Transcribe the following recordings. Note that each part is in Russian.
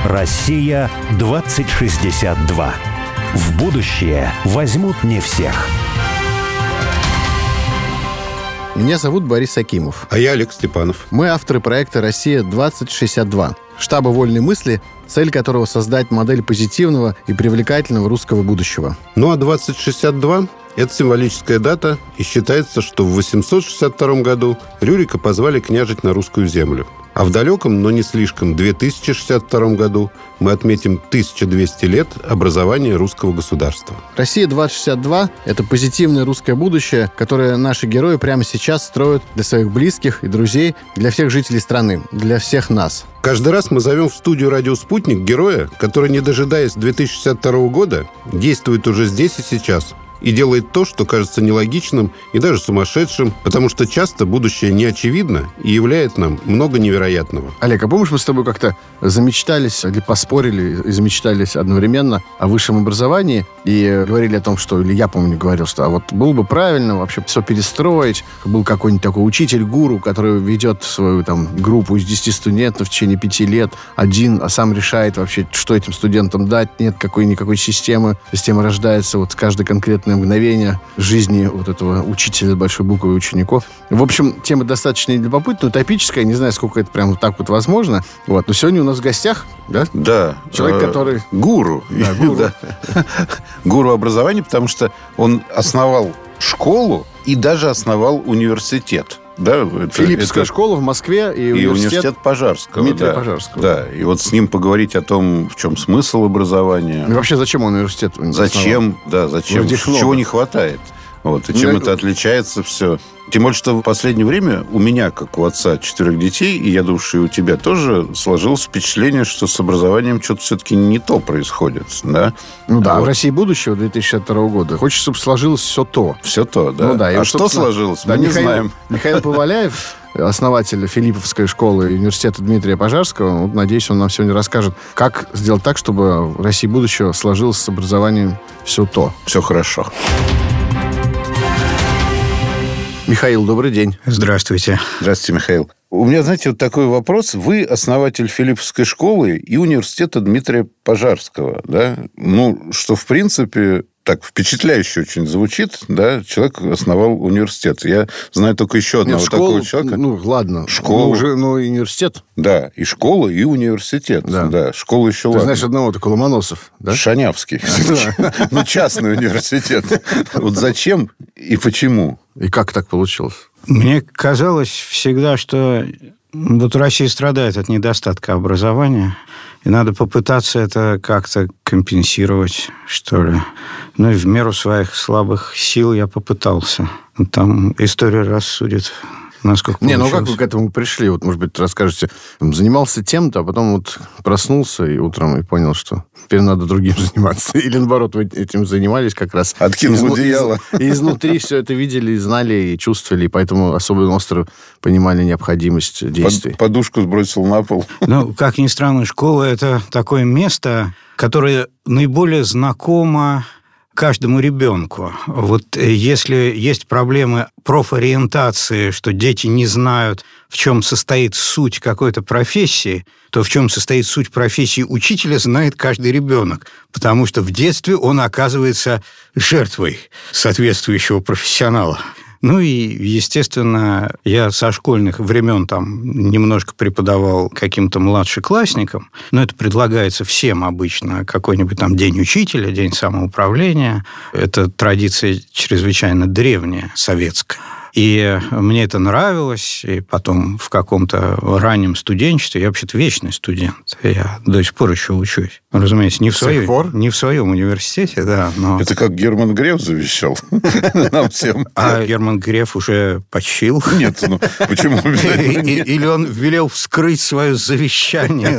Россия 2062. В будущее возьмут не всех. Меня зовут Борис Акимов. А я Олег Степанов. Мы авторы проекта «Россия-2062», штаба вольной мысли, цель которого — создать модель позитивного и привлекательного русского будущего. Ну а 2062 – это символическая дата, и считается, что в 862 году Рюрика позвали княжить на русскую землю. А в далеком, но не слишком, 2062 году мы отметим 1200 лет образования русского государства. «Россия-2062» — это позитивное русское будущее, которое наши герои прямо сейчас строят для своих близких и друзей, для всех жителей страны, для всех нас. Каждый раз мы зовем в студию «Радио Спутник» героя, который, не дожидаясь 2062 года, действует уже здесь и сейчас и делает то, что кажется нелогичным и даже сумасшедшим, потому что часто будущее не очевидно и являет нам много невероятного. Олег, а помнишь, мы с тобой как-то замечтались или поспорили и замечтались одновременно о высшем образовании и говорили о том, что, или я, помню, говорил, что вот было бы правильно вообще все перестроить, был какой-нибудь такой учитель-гуру, который ведет свою там группу из 10 студентов в течение 5 лет один, а сам решает вообще, что этим студентам дать, нет никакой системы. Система рождается вот с каждой конкретной мгновение жизни вот этого учителя с большой буквы учеников. В общем, тема достаточно любопытная, утопическая. Не знаю, сколько это прям вот так вот возможно. Вот. Но сегодня у нас в гостях, да? Да. Человек, который... Гуру. Да, гуру. Да. Гуру образования, потому что он основал школу и даже основал университет. Да, Филипповская школа в Москве и университет Пожарского. Дмитрия Пожарского. Да, и вот с ним поговорить о том, в чем смысл образования. И вообще, зачем он университет основал? Зачем, чего не хватает. Вот, и чем это отличается все. Тем более, что в последнее время у меня, как у отца 4 детей, и я думаю, что и у тебя тоже сложилось впечатление, что с образованием что-то все-таки не то происходит, да? Ну да, в России будущего 2062 года хочется, чтобы сложилось все то. Все то, да. Ну, да. А что сложилось, мы не знаем. Михаил Поваляев, основатель Филипповской школы и университета Дмитрия Пожарского, вот, надеюсь, он нам сегодня расскажет, как сделать так, чтобы в России будущего сложилось с образованием все то. Все хорошо. Михаил, добрый день. Здравствуйте. Здравствуйте, Михаил. У меня, знаете, вот такой вопрос. Вы основатель Филипповской школы и университета Дмитрия Пожарского, да? Ну, что, в принципе, так впечатляюще очень звучит, да? Человек основал университет. Я знаю только еще одного такого человека. Ну, ладно. Школу. Университет. Да, и школа, и университет. Да, школа еще ладно. Ты знаешь одного такого, Ломоносов, да? Шанявский. Ну, частный университет. Вот зачем и почему? И как так получилось? Мне казалось всегда, что вот Россия страдает от недостатка образования, и надо попытаться это как-то компенсировать, что ли. Ну и в меру своих слабых сил я попытался. Там история рассудит, насколько получилось. Как вы к этому пришли? Вот, может быть, расскажете. Занимался тем-то, а потом вот проснулся и утром и понял, что теперь надо другим заниматься. Или, наоборот, вы этим занимались как раз. Откинул одеяло. И изнутри все это видели, знали и чувствовали, и поэтому особенно остро понимали необходимость действий. Подушку сбросил на пол. Ну, как ни странно, школа – это такое место, которое наиболее знакомо каждому ребенку. Вот если есть проблемы профориентации, что дети не знают, в чем состоит суть какой-то профессии, то в чем состоит суть профессии учителя, знает каждый ребенок, потому что в детстве он оказывается жертвой соответствующего профессионала. Ну и, естественно, я со школьных времен там немножко преподавал каким-то младшеклассникам, но это предлагается всем обычно, какой-нибудь там день учителя, день самоуправления. Это традиция чрезвычайно древняя, советская. И мне это нравилось, и потом в каком-то раннем студенчестве, я вообще-то вечный студент, я до сих пор еще учусь. Разумеется, не в своем университете, да, но... Это как Герман Греф завещал нам всем. А Герман Греф уже почил? Нет, ну почему? Или он велел вскрыть свое завещание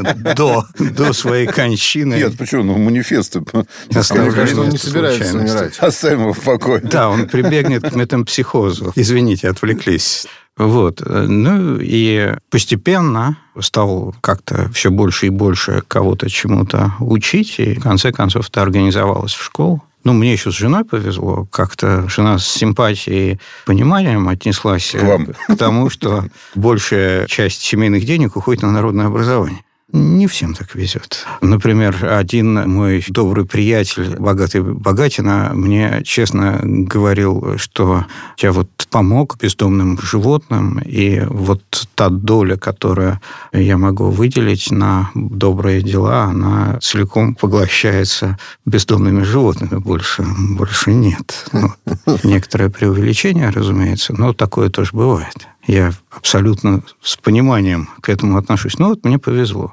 до своей кончины? Нет, почему? Ну, манифесты. Кажется, он не собирается умирать. Оставим его в покое. Да, он прибегнет к метампсихозу. Извините, отвлеклись. Вот. Ну, и постепенно стал как-то все больше и больше кого-то чему-то учить, и в конце концов это организовалось в школу. Ну, мне еще с женой повезло. Как-то жена с симпатией и пониманием отнеслась к тому, что большая часть семейных денег уходит на народное образование. Не всем так везет. Например, один мой добрый приятель, богатый Богатина, мне честно говорил, что я вот помог бездомным животным, и вот та доля, которую я могу выделить на добрые дела, она целиком поглощается бездомными животными. Больше нет. Некоторое преувеличение, разумеется, но такое тоже бывает. Я абсолютно с пониманием к этому отношусь. Ну, вот мне повезло.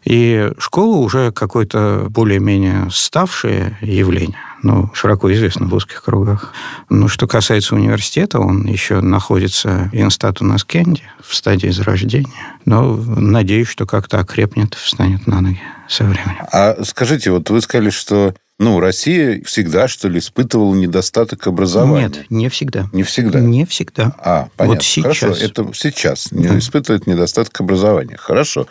И школа уже какое-то более-менее ставшее явление, широко известно в узких кругах. Но что касается университета, он еще находится in statu nascendi, в стадии зарождения. Но надеюсь, что как-то окрепнет, встанет на ноги со временем. А скажите, вот вы сказали, что Россия всегда, что ли, испытывала недостаток образования? Нет, не всегда. Не всегда? Не всегда. Понятно. Вот сейчас. Хорошо, это сейчас не испытывает недостаток образования. Хорошо.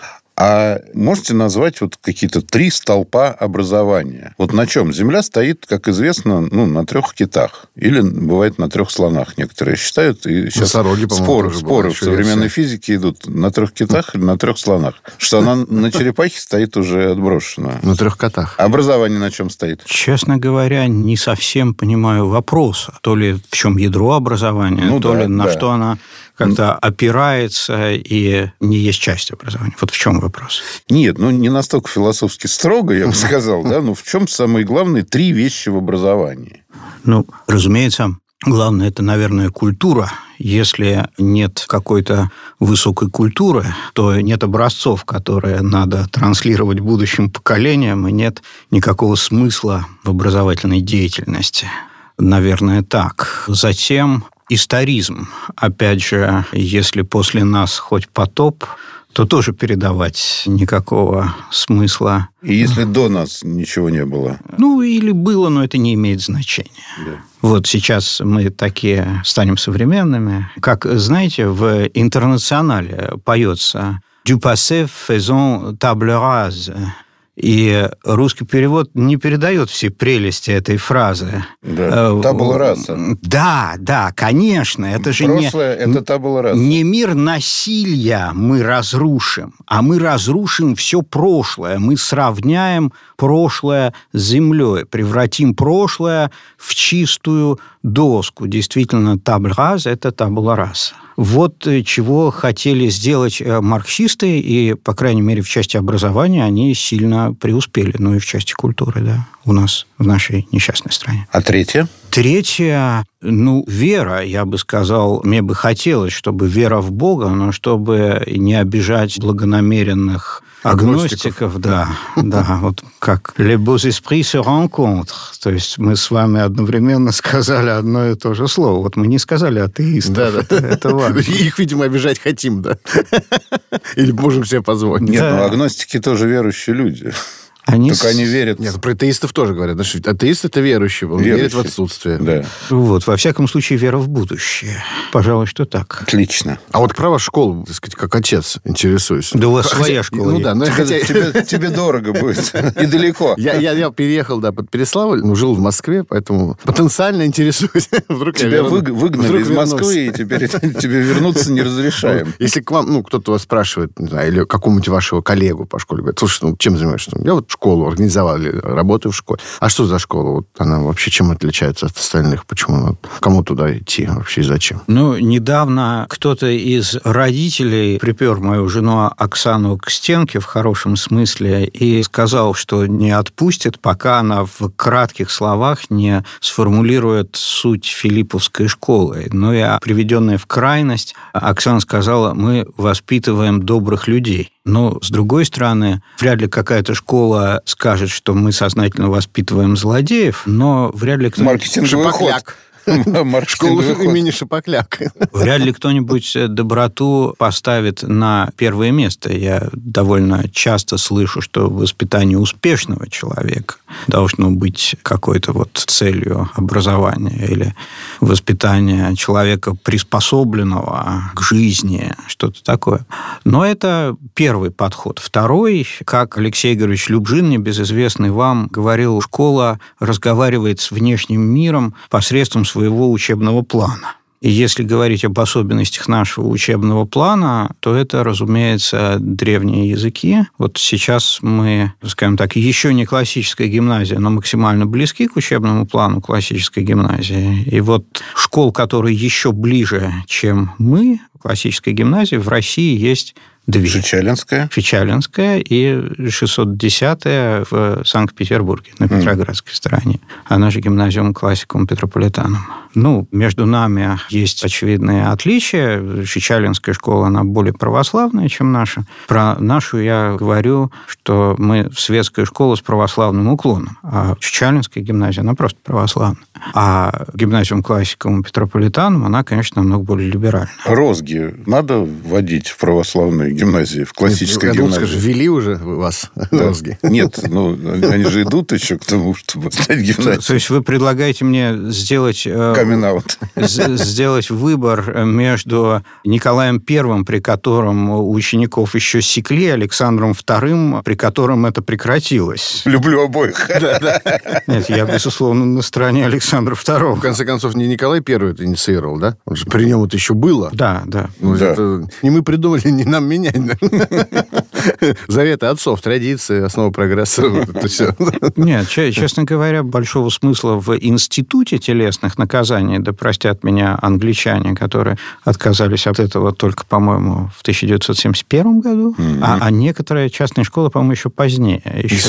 А можете назвать вот какие-то 3 столпа образования? Вот на чем? Земля стоит, как известно, на 3 китах. Или, бывает, на 3 слонах. Некоторые считают. И сейчас споры в современной физике идут. На 3 китах или на 3 слонах. Что она на черепахе стоит уже отброшена. На 3 котах. Образование на чем стоит? Честно говоря, не совсем понимаю вопроса. То ли в чем ядро образования, на что она как-то опирается и не есть часть образования. Вот в чем вопрос? Нет, не настолько философски строго, я бы сказал, но в чем самые главные 3 вещи в образовании? Разумеется, главное, это, наверное, культура. Если нет какой-то высокой культуры, то нет образцов, которые надо транслировать будущим поколениям, и нет никакого смысла в образовательной деятельности. Наверное, так. Затем историзм. Опять же, если после нас хоть потоп, то тоже передавать никакого смысла. И если до нас ничего не было? Или было, но это не имеет значения. Да. Вот сейчас мы такие станем современными. Как, знаете, в «Интернационале» поется «Du passé faisons table rase». И русский перевод не передает все прелести этой фразы. Да, табула раса. Да, конечно. Это же прошлое, это табула раса. Не мир насилия мы разрушим, а мы разрушим все прошлое. Мы сравняем прошлое с землей, превратим прошлое в чистую доску. Действительно, табула раса – это табула раса. Вот чего хотели сделать марксисты, и, по крайней мере, в части образования они сильно преуспели, и в части культуры, да, у нас, в нашей несчастной стране. А третье? Третье, вера, я бы сказал, мне бы хотелось, чтобы вера в Бога, но чтобы не обижать благонамеренных агностиков, да, вот как «les beaux esprits se rencontrent», то есть мы с вами одновременно сказали одно и то же слово. Вот мы не сказали атеистов, это важно. Их, видимо, обижать хотим, да? Или можем себе позволить. Нет, агностики тоже верующие люди. Только они верят... Нет, про атеистов тоже говорят. Атеист – это верующий, он верит в отсутствие. Да. Вот, во всяком случае, вера в будущее. Пожалуй, что так. Отлично. А вот про вашу школу, так сказать, как отец, интересуюсь. Да у вас своя школа есть. Тебе дорого будет. И далеко. Я переехал, под Переславль, жил в Москве, поэтому потенциально интересуюсь. Тебя выгнали из Москвы, и теперь тебе вернуться не разрешаем. Если к вам, кто-то вас спрашивает, не знаю, или какому-нибудь вашего коллегу по школе, говорит, слушай, чем занимаешься? Я вот школу организовали, работаю в школе. А что за школа? Вот она вообще чем отличается от остальных? Почему? Кому туда идти вообще и зачем? Недавно кто-то из родителей припер мою жену Оксану к стенке в хорошем смысле и сказал, что не отпустит, пока она в кратких словах не сформулирует суть филипповской школы. Я, приведенная в крайность, Оксана сказала, мы воспитываем добрых людей. Но, с другой стороны, вряд ли какая-то школа скажет, что мы сознательно воспитываем злодеев, но вряд ли кто-нибудь... Маркетинговый ход. Школа имени Шапокляк. Вряд ли кто-нибудь доброту поставит на первое место. Я довольно часто слышу, что воспитание успешного человека должно быть какой-то целью образования или воспитание человека, приспособленного к жизни, что-то такое. Но это первый подход. Второй, как Алексей Георгиевич Любжин, небезызвестный вам, говорил, школа разговаривает с внешним миром посредством своего учебного плана. И если говорить об особенностях нашего учебного плана, то это, разумеется, древние языки. Вот сейчас мы, скажем так, еще не классическая гимназия, но максимально близки к учебному плану классической гимназии. И вот школ, которые еще ближе, чем мы, классической гимназии, в России есть две. Чичалинская и 610-я в Санкт-Петербурге, на Петроградской стороне. Она же гимназиум классикум Петрополитанум. Между нами есть очевидные отличия. Чичалинская школа, она более православная, чем наша. Про нашу я говорю, что мы светская школа с православным уклоном. А Чичалинская гимназия, она просто православная. А гимназиум классикум Петрополитанум, она, конечно, намного более либеральная. Розги надо вводить в православной гимназии, в классической гимназии? Ввели уже вас розги? Нет, они же идут еще к тому, чтобы стать гимназией. То есть вы предлагаете мне сделать выбор между Николаем I, при котором учеников еще секли, Александром II, при котором это прекратилось? Люблю обоих. Нет, я, безусловно, на стороне Александра II. В конце концов, не Николай I это инициировал, да? Он же при нем это еще было. Да. Это не мы придумали, не нам менять. Заветы отцов, традиции, основа прогресса. Это все. Нет, честно говоря, большого смысла в институте телесных наказаний, да простят меня англичане, которые отказались от этого только, по-моему, в 1971 году, а некоторые частные школы, по-моему, еще позднее.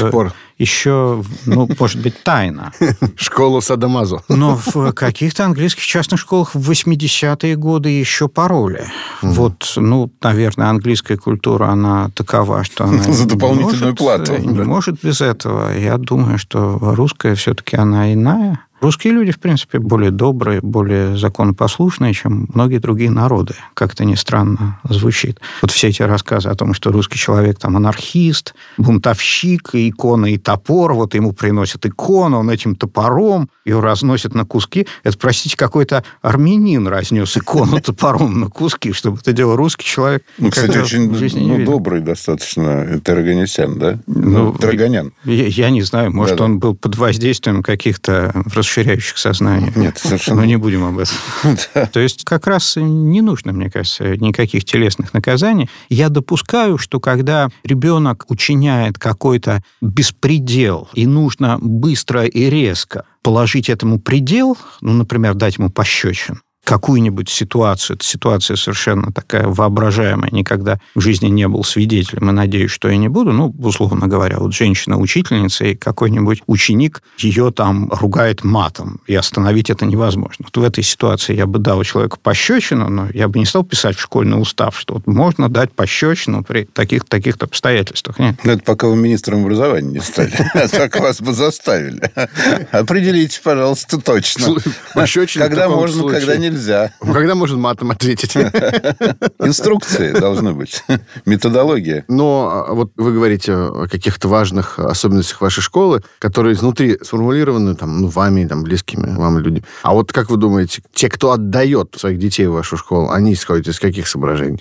Еще, может быть, тайно. Школу Садомазо. Но в каких-то английских частных школах в 80-е годы еще пароли. Вот, наверное, английская культура, она такова, что она за дополнительную плату. Не может без этого. Я думаю, что русская все-таки она иная. Русские люди, в принципе, более добрые, более законопослушные, чем многие другие народы. Как это ни странно звучит. Вот все эти рассказы о том, что русский человек там анархист, бунтовщик, и икона, и топор, вот ему приносят икону, он этим топором ее разносит на куски. Это, простите, какой-то армянин разнес икону топором на куски, чтобы это делал русский человек. Кстати, очень добрый достаточно Тарагонисян, да? Драгонян. Я не знаю, может, он был под воздействием каких-то расширяющих сознание. Нет, совершенно. Но не будем об этом. То есть как раз не нужно, мне кажется, никаких телесных наказаний. Я допускаю, что когда ребенок учиняет какой-то беспредел, и нужно быстро и резко положить этому предел, например, дать ему пощечину, какую-нибудь ситуацию. Эта ситуация совершенно такая воображаемая. Никогда в жизни не был свидетелем, и надеюсь, что я не буду. Условно говоря, вот женщина-учительница и какой-нибудь ученик ее там ругает матом, и остановить это невозможно. Вот в этой ситуации я бы дал человеку пощечину, но я бы не стал писать в школьный устав, что вот можно дать пощечину при таких-то обстоятельствах. Нет. Это пока вы министром образования не стали. А так вас бы заставили. Определите, пожалуйста, точно. Когда можно, когда нельзя. Когда можно матом ответить? Инструкции должны быть. Методология. Но вот вы говорите о каких-то важных особенностях вашей школы, которые изнутри сформулированы вами, близкими вам людьми. А вот как вы думаете, те, кто отдает своих детей в вашу школу, они исходят из каких соображений?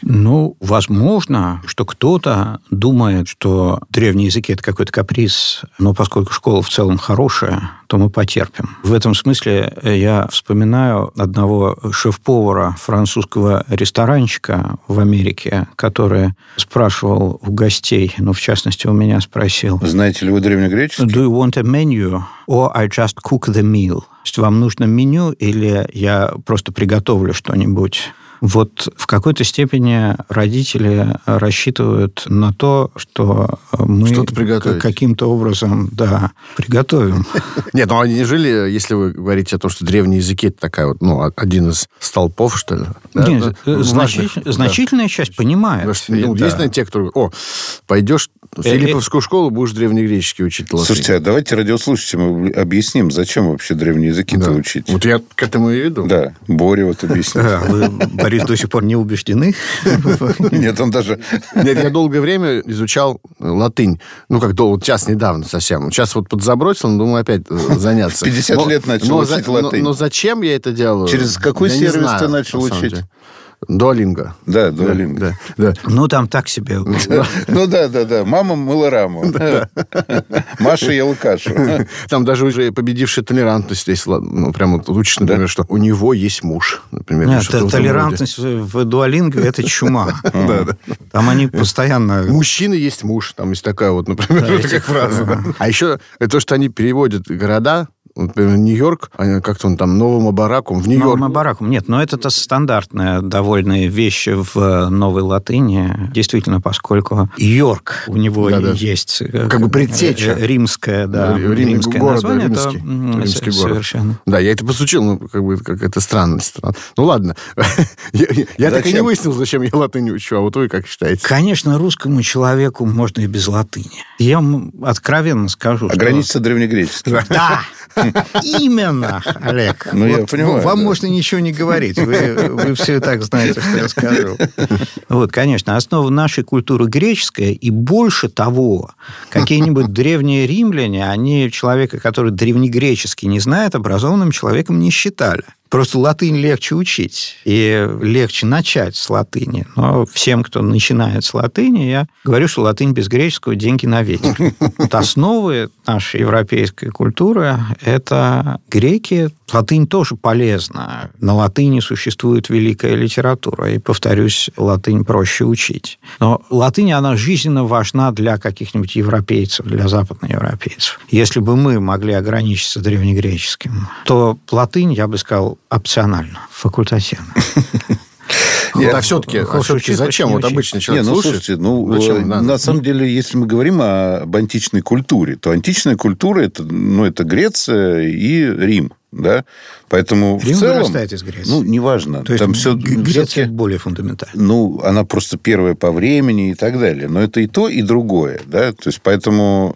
Возможно, что кто-то думает, что древние языки – это какой-то каприз, но поскольку школа в целом хорошая, то мы потерпим. В этом смысле я вспоминаю одного шеф-повара французского ресторанчика в Америке, который спрашивал у гостей, в частности, у меня спросил. Знаете ли вы древнегреческий? Do you want a menu or I just cook the meal? То есть вам нужно меню или я просто приготовлю что-нибудь? Вот в какой-то степени родители рассчитывают на то, что мы каким-то образом, приготовим. Нет, они не жили, если вы говорите о том, что древние языки это такая один из столпов, что ли? Нет, значительная часть понимает. Есть, наверное, те, кто говорит, пойдешь в Филипповскую школу, будешь древнегреческий учить латынь. Слушайте, а давайте радиослушателям объясним, зачем вообще древние языки-то учить. Вот я к этому и веду. Да, Боря объяснит. Борис до сих пор не убеждены? Нет, он даже... Нет, я долгое время изучал латынь. Сейчас недавно совсем. Сейчас подзабросил, думаю, опять заняться. 50 лет начал учить латынь. Но зачем я это делаю? Через какой сервис ты начал учить? Дуолинго. Да, Дуолинго. Да. Ну, там так себе. Ну, да. Мама мыла раму. Маша ела кашу. Там даже уже победившая толерантность есть. Ну, прямо вот учишь, например, что у него есть муж. Например. Нет, толерантность в Дуолинго – это чума. Там они постоянно... Мужчина есть муж. Там есть такая вот, например, такая фраза. А еще то, что они переводят города, например, Нью-Йорк, как-то он там Новому Бараку, в Нью-Йорк. Новому Бараку. Нет, но это стандартная довольно вещь в новой латыни. Действительно, поскольку Йорк, у него есть... Как бы предтеча. Римское, да. Римское название. Римский город. Совершенно. Да, я это подсучил, ну, как бы какая-то странность. Ну, ладно. Я так и не выяснил, зачем я латынь учу, а вот вы как считаете? Конечно, русскому человеку можно и без латыни. Я вам откровенно скажу, ограничиться древнегреческим. Да! Именно, Олег. Ну, я понимаю. Вам можно ничего не говорить. Вы все и так знаете, что я скажу. Вот, конечно, основа нашей культуры греческая, и больше того, какие-нибудь древние римляне, они человека, который древнегреческий не знает, образованным человеком не считали. Просто латынь легче учить, и легче начать с латыни. Но всем, кто начинает с латыни, я говорю, что латынь без греческого – деньги на ветер. Вот основы нашей европейской культуры – это греки. Латынь тоже полезна. На латыни существует великая литература, и, повторюсь, латынь проще учить. Но латынь, она жизненно важна для каких-нибудь европейцев, для западноевропейцев. Если бы мы могли ограничиться древнегреческим, то латынь, я бы сказал, опционально, факультативно. А все-таки зачем? Вот обычный человек слушает. Слушайте, на самом деле, если мы говорим об античной культуре, то античная культура это Греция и Рим. Да? Поэтому Рим в целом... вырастает из Греции. Неважно. То есть там все Греция более фундаментальна. Она просто первая по времени и так далее. Но это и то, и другое. Да? То есть, поэтому...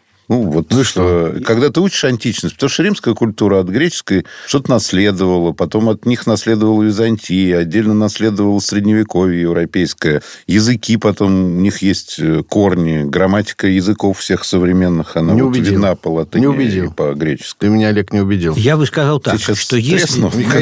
что? Когда ты учишь античность, потому что римская культура от греческой что-то наследовала, потом от них наследовала Византия, отдельно наследовала Средневековье европейское. Языки потом, у них есть корни, грамматика языков всех современных, она видна по латыни и по греческой. Ты меня, Олег, не убедил. Я бы сказал так, что если...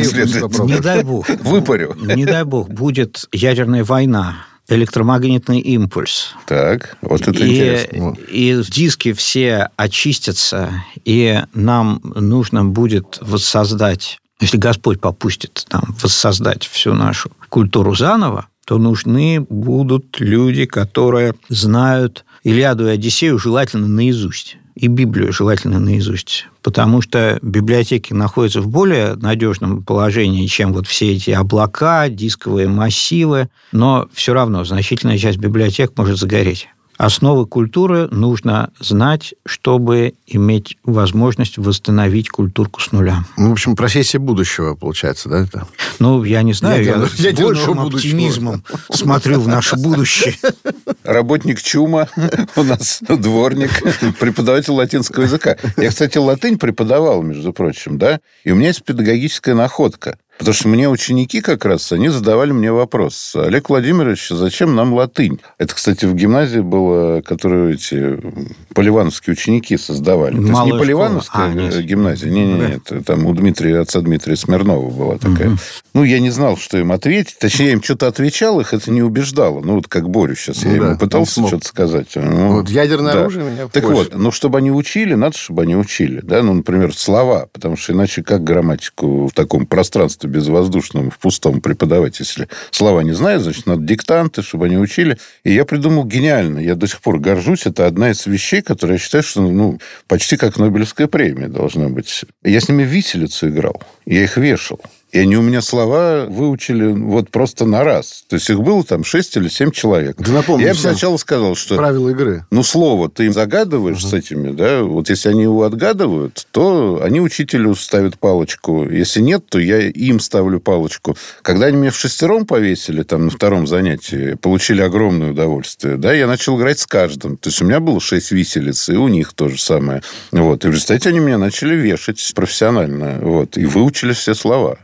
Не дай бог. Выпарю. Не дай бог, будет ядерная война, электромагнитный импульс. Так, вот это интересно. И диски все очистятся, и нам нужно будет воссоздать, если Господь попустит нам воссоздать всю нашу культуру заново, то нужны будут люди, которые знают Илиаду и Одиссею желательно наизусть. И Библию желательно наизусть. Потому что библиотеки находятся в более надежном положении, чем вот все эти облака, дисковые массивы. Но все равно значительная часть библиотек может загореть. Основы культуры нужно знать, чтобы иметь возможность восстановить культурку с нуля. В общем, профессия будущего, получается, да? Это? Я не знаю, я с большим оптимизмом смотрю в наше будущее. Работник ЧУМа, у нас дворник, преподаватель латинского языка. Я, кстати, латынь преподавал, между прочим, да? И у меня есть педагогическая находка. Потому что мне ученики как раз, они задавали мне вопрос: Олег Владимирович, зачем нам латынь? Это, кстати, в гимназии было, которую эти поливановские ученики создавали. То есть не поливановская гимназия, нет, там у отца Дмитрия Смирнова была такая. Я не знал, что им ответить. Точнее, я им что-то отвечал, их это не убеждало. Как Борю сейчас. Я ему пытался что-то сказать. Ядерное оружие меня так вот, чтобы они учили, надо, чтобы они учили. Да? Например, слова. Потому что иначе как грамматику в таком пространстве безвоздушном, в пустом преподавать, если слова не знают, значит, надо диктанты, чтобы они учили. И я придумал гениально. Я до сих пор горжусь. Это одна из вещей, которые я считаю, что почти как Нобелевская премия должна быть. Я с ними в виселицу играл. Я их вешал. И они у меня слова выучили просто на раз. То есть их было там 6 или 7 человек. Да, напомню, я им сначала сказал, что... Правила игры. Слово ты им загадываешь с этими, да? Вот если они его отгадывают, то они учителю ставят палочку. Если нет, то я им ставлю палочку. Когда они меня вшестером повесили там на втором занятии, получили огромное удовольствие, да, я начал играть с каждым. То есть у меня было 6 виселиц, и у них то же самое. И в результате они меня начали вешать профессионально. И выучили все слова.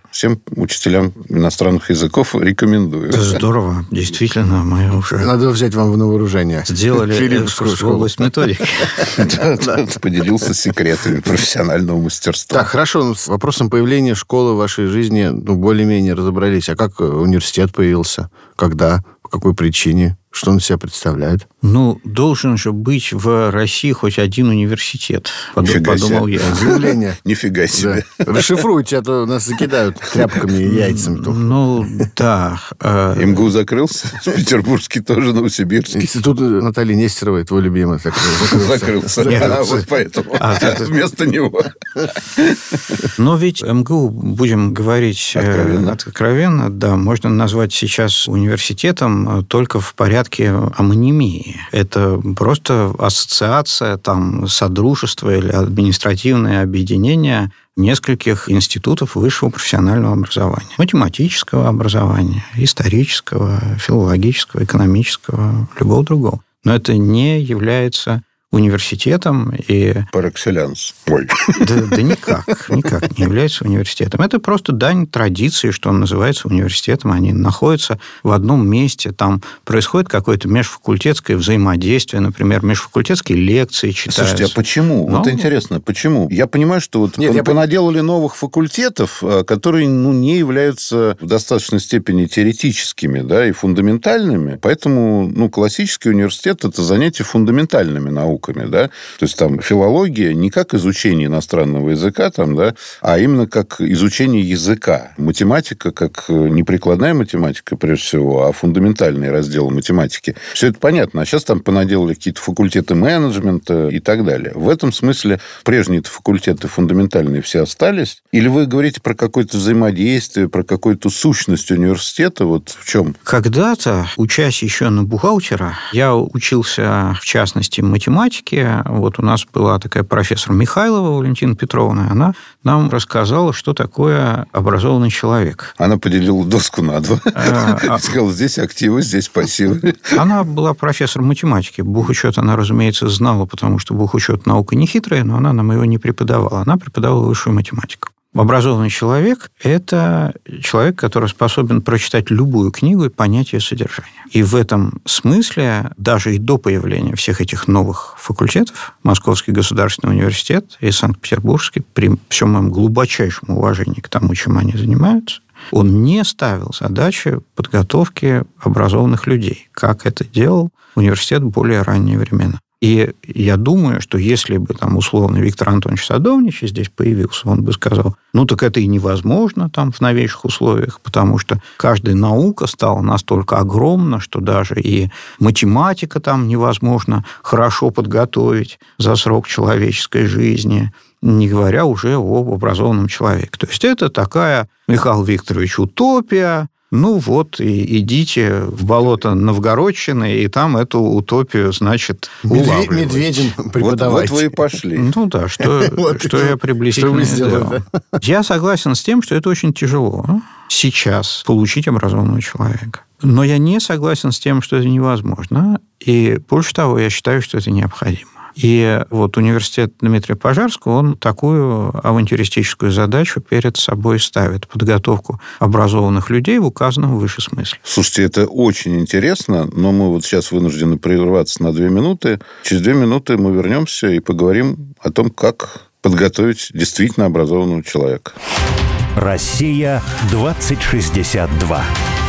Всем учителям иностранных языков рекомендую. Здорово. Действительно, мы уже... Надо взять вам в вооружение. Сделали область методики. Поделился секретами профессионального мастерства. Так, хорошо. С вопросом появления школы в вашей жизни более-менее разобрались. А как университет появился? Когда? По какой причине? Что он из себя представляет? Должен же быть в России хоть один университет. Подумал я. Заявление. Нифига себе. Да. Расшифруйте, а то нас закидают тряпками и яйцами. Да. МГУ закрылся, Петербургский тоже, Новосибирск. Институт Натальи Нестеровой, твой любимый, закрылся. Вот поэтому. Вместо него. Но ведь МГУ, будем говорить откровенно, да, можно назвать сейчас университетом только в порядке амонимии. Это просто ассоциация, содружество или административное объединение нескольких институтов высшего профессионального образования. Математического образования, исторического, филологического, экономического, любого другого. Но это не является университетом и... Par excellence. Да никак не является университетом. Это просто дань традиции, что он называется университетом. Они находятся в одном месте. Там происходит какое-то межфакультетское взаимодействие. Например, межфакультетские лекции читаются. Слушайте, а почему? Вот интересно, почему? Я понимаю, что понаделали новых факультетов, которые не являются в достаточной степени теоретическими, да, и фундаментальными. Поэтому классический университет – это занятие фундаментальными науками. Да? То есть там филология не как изучение иностранного языка, а именно как изучение языка. Математика как не прикладная математика, прежде всего, а фундаментальные разделы математики. Все это понятно. А сейчас там понаделали какие-то факультеты менеджмента и так далее. В этом смысле прежние факультеты фундаментальные все остались? Или вы говорите про какое-то взаимодействие, про какую-то сущность университета? Вот в чем? Когда-то, учась еще на бухгалтера, я учился, в частности, математике. Вот у нас была такая профессор Михайлова Валентина Петровна. Она нам рассказала, что такое образованный человек. Она поделила доску на два. Сказала, здесь активы, здесь пассивы. Она была профессор математики. Бухучет она, разумеется, знала, потому что бухучет наука не хитрая, но она нам его не преподавала. Она преподавала высшую математику. Образованный человек – это человек, который способен прочитать любую книгу и понять ее содержание. И в этом смысле, даже и до появления всех этих новых факультетов, Московский государственный университет и Санкт-Петербургский, при всем моем глубочайшем уважении к тому, чем они занимаются, он не ставил задачи подготовки образованных людей, как это делал университет в более ранние времена. И я думаю, что если бы условно Виктор Антонович Садовнич здесь появился, он бы сказал, так это и невозможно в новейших условиях, потому что каждая наука стала настолько огромна, что даже и математика невозможно хорошо подготовить за срок человеческой жизни, не говоря уже об образованном человеке. То есть это такая, Михаил Викторович, утопия. Идите в болото Новгородчины, и там эту утопию, улавливайте. Медведем преподавайте. Вот вы и пошли. Что я приблизительно сделал. Я согласен с тем, что это очень тяжело сейчас получить образованного человека. Но я не согласен с тем, что это невозможно. И больше того, я считаю, что это необходимо. И университет Дмитрия Пожарского, он такую авантюристическую задачу перед собой ставит. Подготовку образованных людей в указанном выше смысле. Слушайте, это очень интересно, но мы сейчас вынуждены прерваться на 2 минуты. Через 2 минуты мы вернемся и поговорим о том, как подготовить действительно образованного человека. Россия 2062.